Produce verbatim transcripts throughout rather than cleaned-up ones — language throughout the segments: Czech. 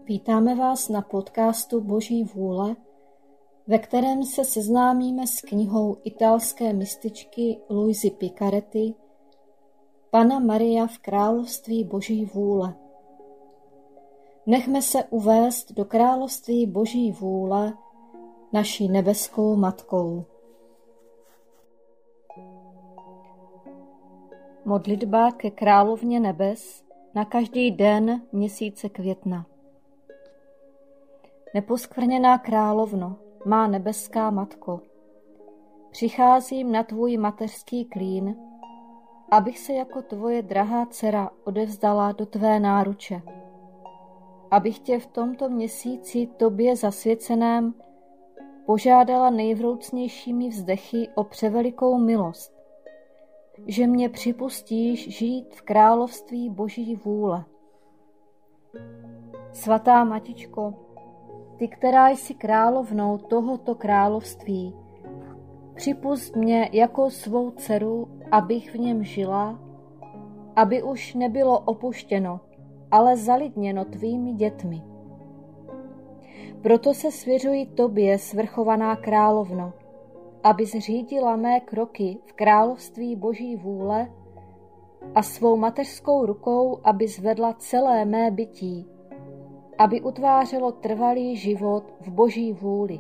Vítáme vás na podcastu Boží vůle, ve kterém se seznámíme s knihou italské mističky Luisy Picaretti Panna Maria v království Boží vůle. Nechme se uvést do království Boží vůle naší nebeskou matkou. Modlitba ke královně nebes na každý den měsíce května. Neposkvrněná královno, má nebeská matko, přicházím na tvůj mateřský klín, abych se jako tvoje drahá dcera odevzdala do tvé náruče, abych tě v tomto měsíci tobě zasvěceném požádala nejvroucnějšími vzdechy o převelikou milost, že mě připustíš žít v království Boží vůle. Svatá Matičko, ty, která jsi královnou tohoto království, připusť mě jako svou dceru, abych v něm žila, aby už nebylo opuštěno, ale zalidněno tvými dětmi. Proto se svěřuji tobě, svrchovaná královno, aby zřídila mé kroky v království Boží vůle a svou mateřskou rukou, aby zvedla celé mé bytí, aby utvářelo trvalý život v Boží vůli.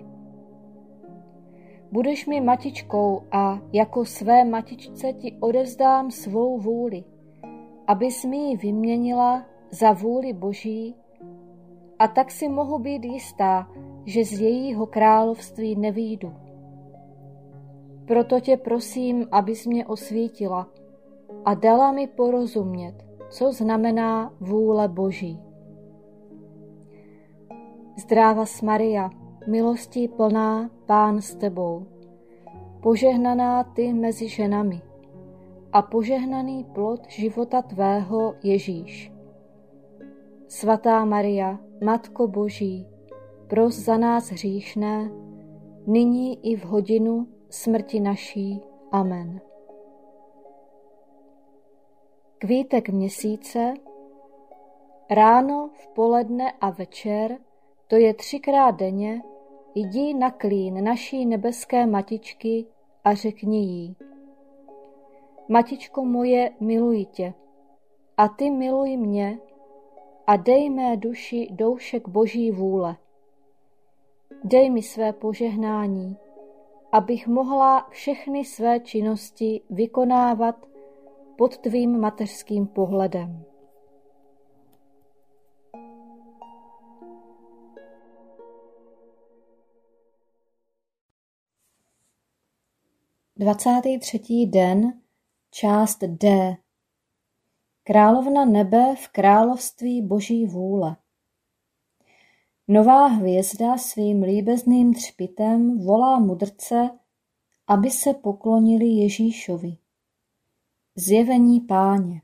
Budeš mi matičkou a jako své matičce ti odevzdám svou vůli, abys mi ji vyměnila za vůli Boží, a tak si mohu být jistá, že z jejího království nevyjdu. Proto tě prosím, abys mě osvítila a dala mi porozumět, co znamená vůle Boží. Zdrávas Maria, milostí plná, Pán s tebou, požehnaná ty mezi ženami a požehnaný plod života tvého Ježíš. Svatá Maria, Matko Boží, pros za nás hříšné, nyní i v hodinu smrti naší. Amen. Kvítek měsíce, ráno, v poledne a večer, to je třikrát denně, jdi na klín naší nebeské matičky a řekni jí: Matičko moje, miluji tě, a ty miluj mě, a dej mé duši doušek Boží vůle. Dej mi své požehnání, abych mohla všechny své činnosti vykonávat pod tvým mateřským pohledem. Dvacátý třetí den, část D. Královna nebe v království Boží vůle. Nová hvězda svým líbezným třpitem volá mudrce, aby se poklonili Ježíšovi. Zjevení Páně.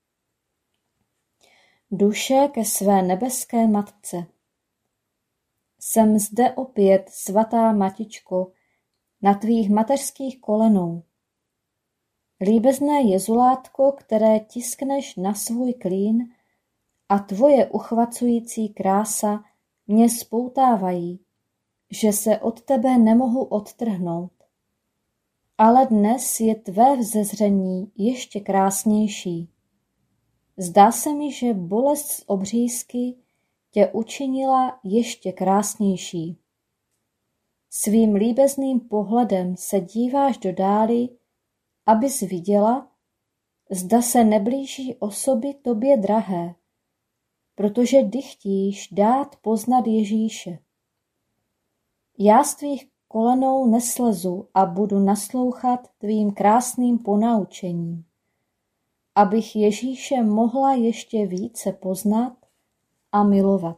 Duše ke své nebeské matce. Jsem zde opět, svatá Matičko, na tvých mateřských kolenou. Líbezné jezulátko, které tiskneš na svůj klín, a tvoje uchvacující krása mě spoutávají, že se od tebe nemohu odtrhnout. Ale dnes je tvé vzezření ještě krásnější. Zdá se mi, že bolest z obřízky tě učinila ještě krásnější. Svým líbezným pohledem se díváš do dály, abys viděla, zda se neblíží osoby tobě drahé, protože dychtíš dát poznat Ježíše. Já z tvých kolenou neslezu a budu naslouchat tvým krásným ponaučením, abych Ježíše mohla ještě více poznat a milovat.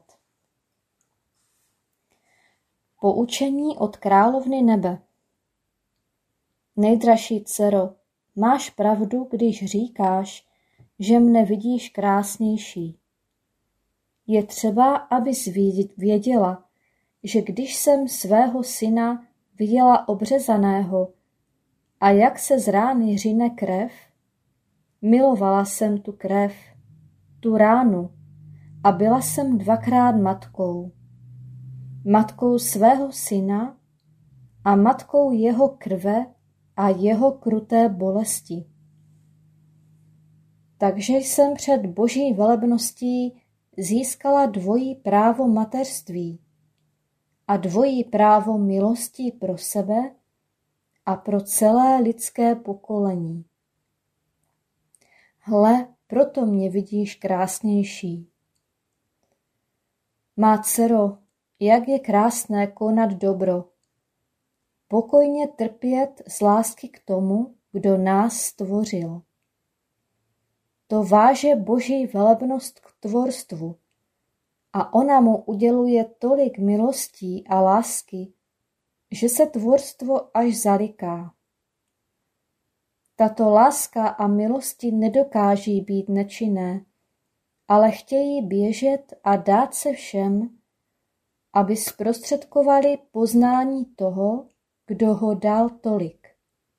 Poučení od královny nebe. Nejdražší dcero, máš pravdu, když říkáš, že mne vidíš krásnější. Je třeba, abys věděla, že když jsem svého syna viděla obřezaného a jak se z rány řine krev, milovala jsem tu krev, tu ránu a byla jsem dvakrát matkou. Matkou svého syna a matkou jeho krve a jeho kruté bolesti. Takže jsem před Boží velebností získala dvojí právo mateřství a dvojí právo milostí pro sebe a pro celé lidské pokolení. Hle, proto mě vidíš krásnější. Má dcero, jak je krásné konat dobro, pokojně trpět z lásky k tomu, kdo nás stvořil. To váže Boží velebnost k tvorstvu a ona mu uděluje tolik milostí a lásky, že se tvorstvo až zaliká. Tato láska a milosti nedokáží být nečinné, ale chtějí běžet a dát se všem, aby zprostředkovali poznání toho, kdo ho dal tolik.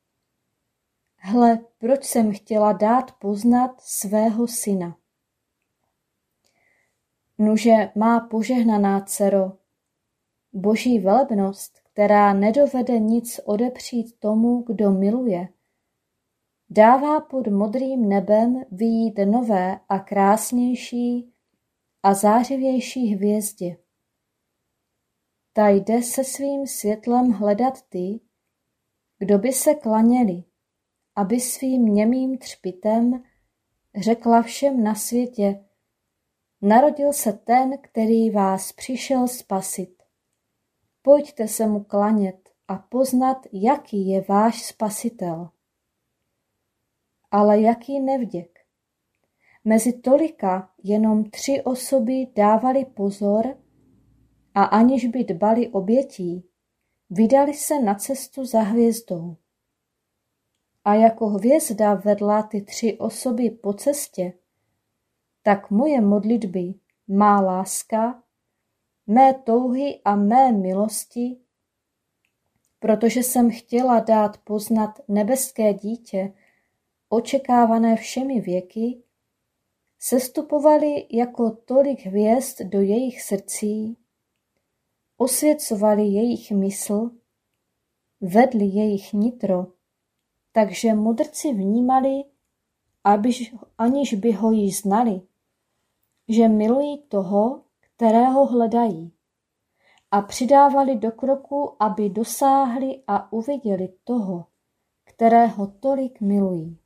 Hle, proč jsem chtěla dát poznat svého syna. Nuže má požehnaná dcero, Boží velebnost, která nedovede nic odepřít tomu, kdo miluje, dává pod modrým nebem vyjít nové a krásnější a zářivější hvězdě. Ta jde se svým světlem hledat ty, kdo by se klaněli, aby svým němým třpitem řekla všem na světě: narodil se ten, který vás přišel spasit. Pojďte se mu klanět a poznat, jaký je váš spasitel. Ale jaký nevděk. Mezi tolika jenom tři osoby dávali pozor a aniž by dbali obětí, vydali se na cestu za hvězdou. A jako hvězda vedla ty tři osoby po cestě, tak moje modlitby, má láska, mé touhy a mé milosti, protože jsem chtěla dát poznat nebeské dítě, očekávané všemi věky, sestupovaly jako tolik hvězd do jejich srdcí, osvěcovali jejich mysl, vedli jejich nitro, takže mudrci vnímali, abyž, aniž by ho již znali, že milují toho, kterého hledají, a přidávali do kroku, aby dosáhli a uviděli toho, kterého tolik milují.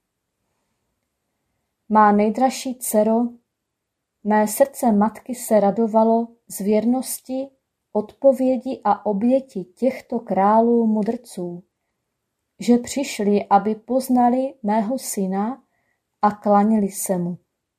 Má nejdražší dcero, mé srdce matky se radovalo z věrnosti, odpovědi a oběti těchto králů mudrců, že přišli, aby poznali mého syna a klaněli se mu.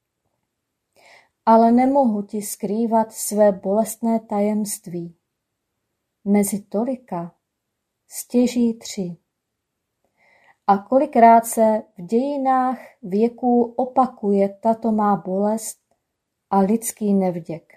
Ale nemohu ti skrývat své bolestné tajemství. Mezi tolika stěží tři. A kolikrát se v dějinách věků opakuje tato má bolest a lidský nevděk.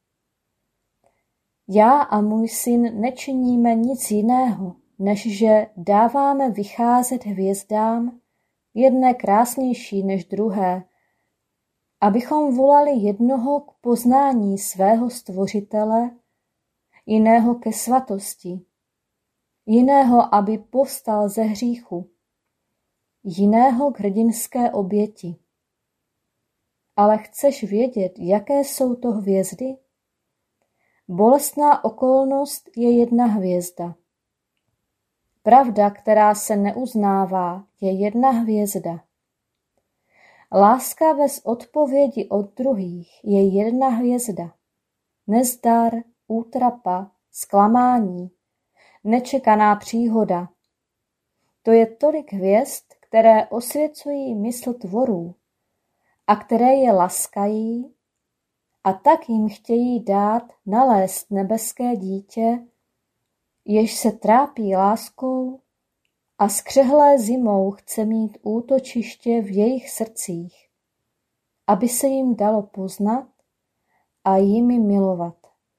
Já a můj syn nečiníme nic jiného, než že dáváme vycházet hvězdám, jedné krásnější než druhé, abychom volali jednoho k poznání svého stvořitele, jiného ke svatosti, jiného, aby povstal ze hříchu, jiného k hrdinské oběti. Ale chceš vědět, jaké jsou to hvězdy? Bolestná okolnost je jedna hvězda. Pravda, která se neuznává, je jedna hvězda. Láska bez odpovědi od druhých je jedna hvězda. Nezdar, útrapa, zklamání, nečekaná příhoda. To je tolik hvězd, které osvěcují mysl tvorů a které je laskají a tak jim chtějí dát nalézt nebeské dítě, jež se trápí láskou a skřehlé zimou chce mít útočiště v jejich srdcích, aby se jim dalo poznat a jimi milovat.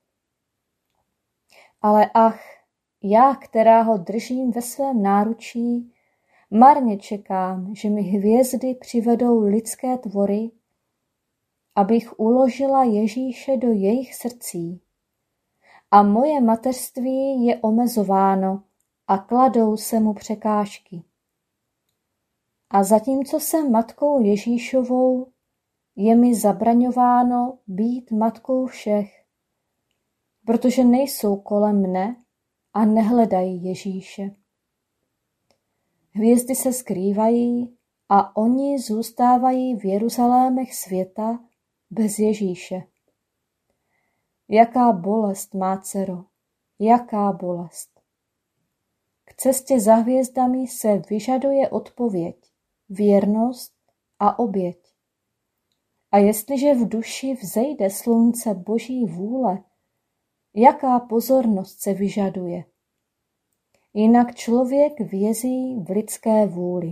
Ale ach, já, která ho držím ve svém náručí, marně čekám, že mi hvězdy přivedou lidské tvory, abych uložila Ježíše do jejich srdcí. A moje mateřství je omezováno a kladou se mu překážky. A zatímco jsem matkou Ježíšovou, je mi zabraňováno být matkou všech, protože nejsou kolem mne a nehledají Ježíše. Hvězdy se skrývají a oni zůstávají v Jeruzalémech světa bez Ježíše. Jaká bolest, má dcero, jaká bolest. K cestě za hvězdami se vyžaduje odpověď, věrnost a oběť. A jestliže v duši vzejde slunce Boží vůle, jaká pozornost se vyžaduje. Jinak člověk vězí v lidské vůli.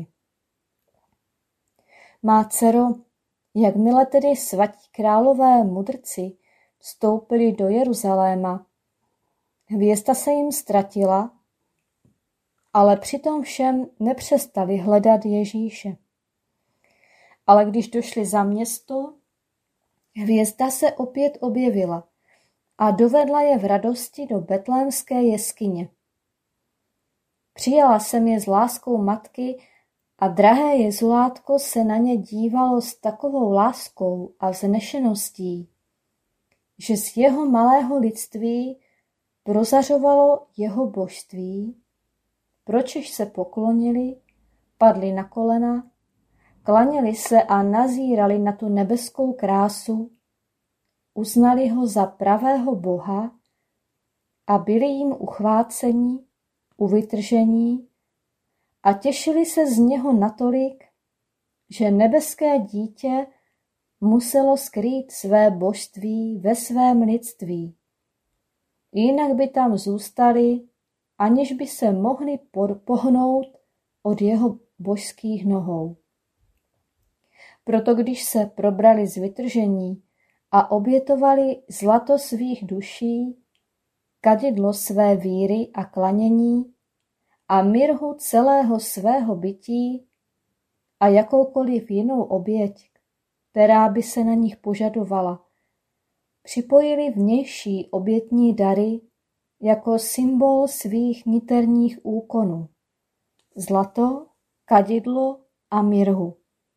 Má dcero, jakmile tedy svatí králové mudrci vstoupili do Jeruzaléma, hvězda se jim ztratila, ale přitom všem nepřestali hledat Ježíše. Ale když došli za město, hvězda se opět objevila a dovedla je v radosti do betlémské jeskyně. Přijala jsem je s láskou matky a drahé jezulátko se na ně dívalo s takovou láskou a vznešeností, že z jeho malého lidství prozařovalo jeho božství, pročež se poklonili, padli na kolena, klaněli se a nazírali na tu nebeskou krásu, uznali ho za pravého Boha a byli jim uchváceni, uvytržení a těšili se z něho natolik, že nebeské dítě muselo skrýt své božství ve svém lidství. Jinak by tam zůstali, aniž by se mohli pohnout od jeho božských nohou. Proto když se probrali z vytržení a obětovali zlato svých duší, kadidlo své víry a klanění a mirhu celého svého bytí a jakoukoliv jinou oběť, která by se na nich požadovala, připojili vnější obětní dary jako symbol svých niterních úkonů, zlato, kadidlo a mirhu.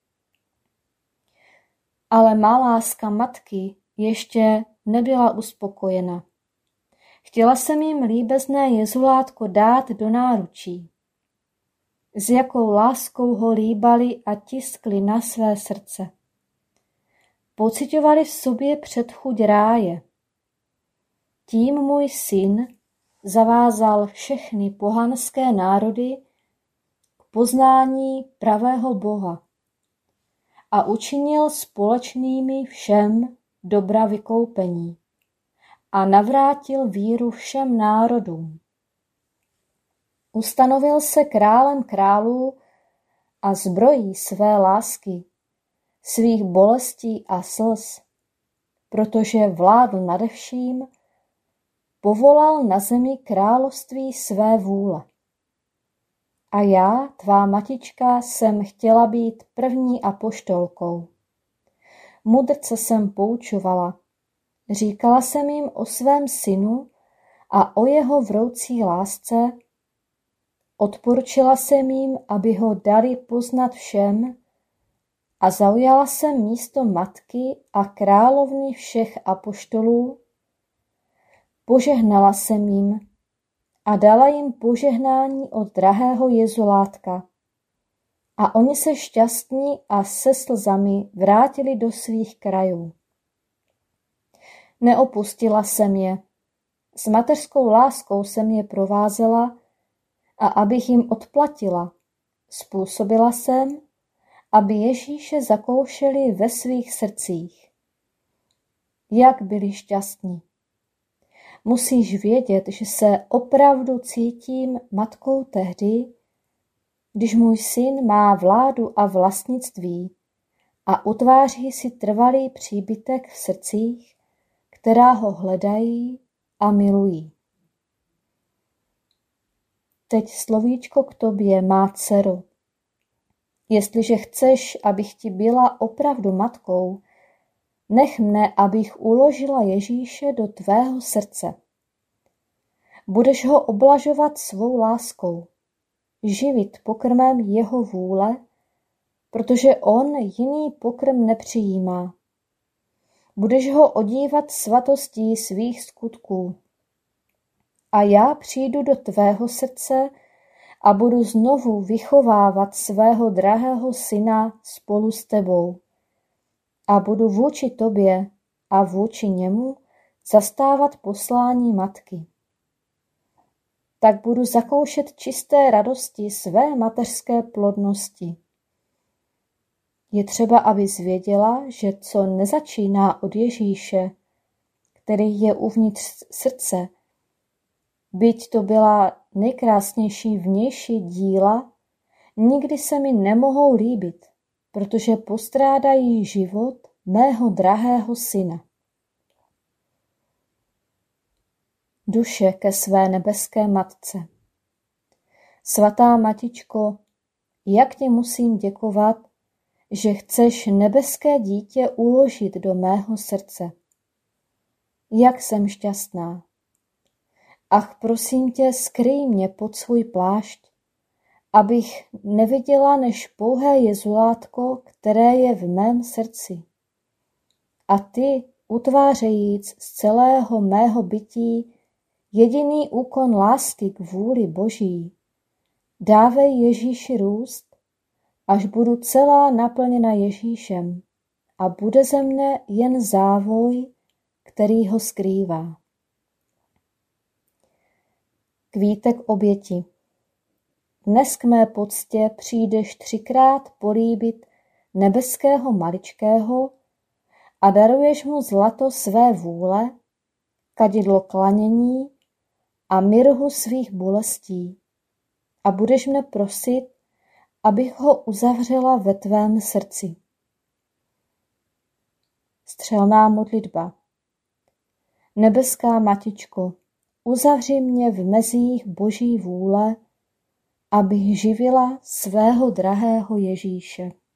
Ale má láska matky ještě nebyla uspokojena. Chtěla jsem jim líbezné jezulátko dát do náručí. S jakou láskou ho líbali a tiskli na své srdce. Pociťovali v sobě předchuť ráje. Tím můj syn zavázal všechny pohanské národy k poznání pravého Boha a učinil společnými všem dobra vykoupení a navrátil víru všem národům. Ustanovil se králem králů a zbrojí své lásky, svých bolestí a slz, protože vládl nade vším, povolal na zemi království své vůle. A já, tvá matička, jsem chtěla být první apoštolkou. Mudrce jsem poučovala, říkala jsem jim o svém synu a o jeho vroucí lásce, odporučila jsem jim, aby ho dali poznat všem a zaujala jsem místo matky a královny všech apoštolů, požehnala jsem jim a dala jim požehnání od drahého jezulátka. A oni se šťastní a se slzami vrátili do svých krajů. Neopustila jsem je. S mateřskou láskou jsem je provázela a abych jim odplatila, způsobila jsem, aby Ježíše zakoušeli ve svých srdcích. Jak byli šťastní. Musíš vědět, že se opravdu cítím matkou tehdy, když můj syn má vládu a vlastnictví a utváří si trvalý příbytek v srdcích, která ho hledají a milují. Teď slovíčko k tobě, má dcero. Jestliže chceš, abych ti byla opravdu matkou, nech mne, abych uložila Ježíše do tvého srdce. Budeš ho oblažovat svou láskou, živit pokrmem jeho vůle, protože on jiný pokrm nepřijímá. Budeš ho odívat svatostí svých skutků. A já přijdu do tvého srdce a budu znovu vychovávat svého drahého syna spolu s tebou. A budu vůči tobě a vůči němu zastávat poslání matky. Tak budu zakoušet čisté radosti své mateřské plodnosti. Je třeba, abys věděla, že co nezačíná od Ježíše, který je uvnitř srdce, byť to byla nejkrásnější vnější díla, nikdy se mi nemohou líbit, protože postrádají život mého drahého syna. Duše ke své nebeské matce. Svatá Matičko, jak ti musím děkovat, že chceš nebeské dítě uložit do mého srdce. Jak jsem šťastná. Ach, prosím tě, skryj mě pod svůj plášť, abych neviděla než pouhé jezulátko, které je v mém srdci. A ty, utvářejíc z celého mého bytí jediný úkon lásky k vůli Boží, dávej Ježíši růst, až budu celá naplněna Ježíšem a bude ze mne jen závoj, který ho skrývá. Kvítek oběti. Dnes k mé poctě přijdeš třikrát políbit nebeského maličkého a daruješ mu zlato své vůle, kadidlo klanění a mirhu svých bolestí a budeš mne prosit, abych ho uzavřela ve tvém srdci. Střelná modlitba. Nebeská Matičko, uzavři mě v mezích Boží vůle, abych živila svého drahého Ježíše.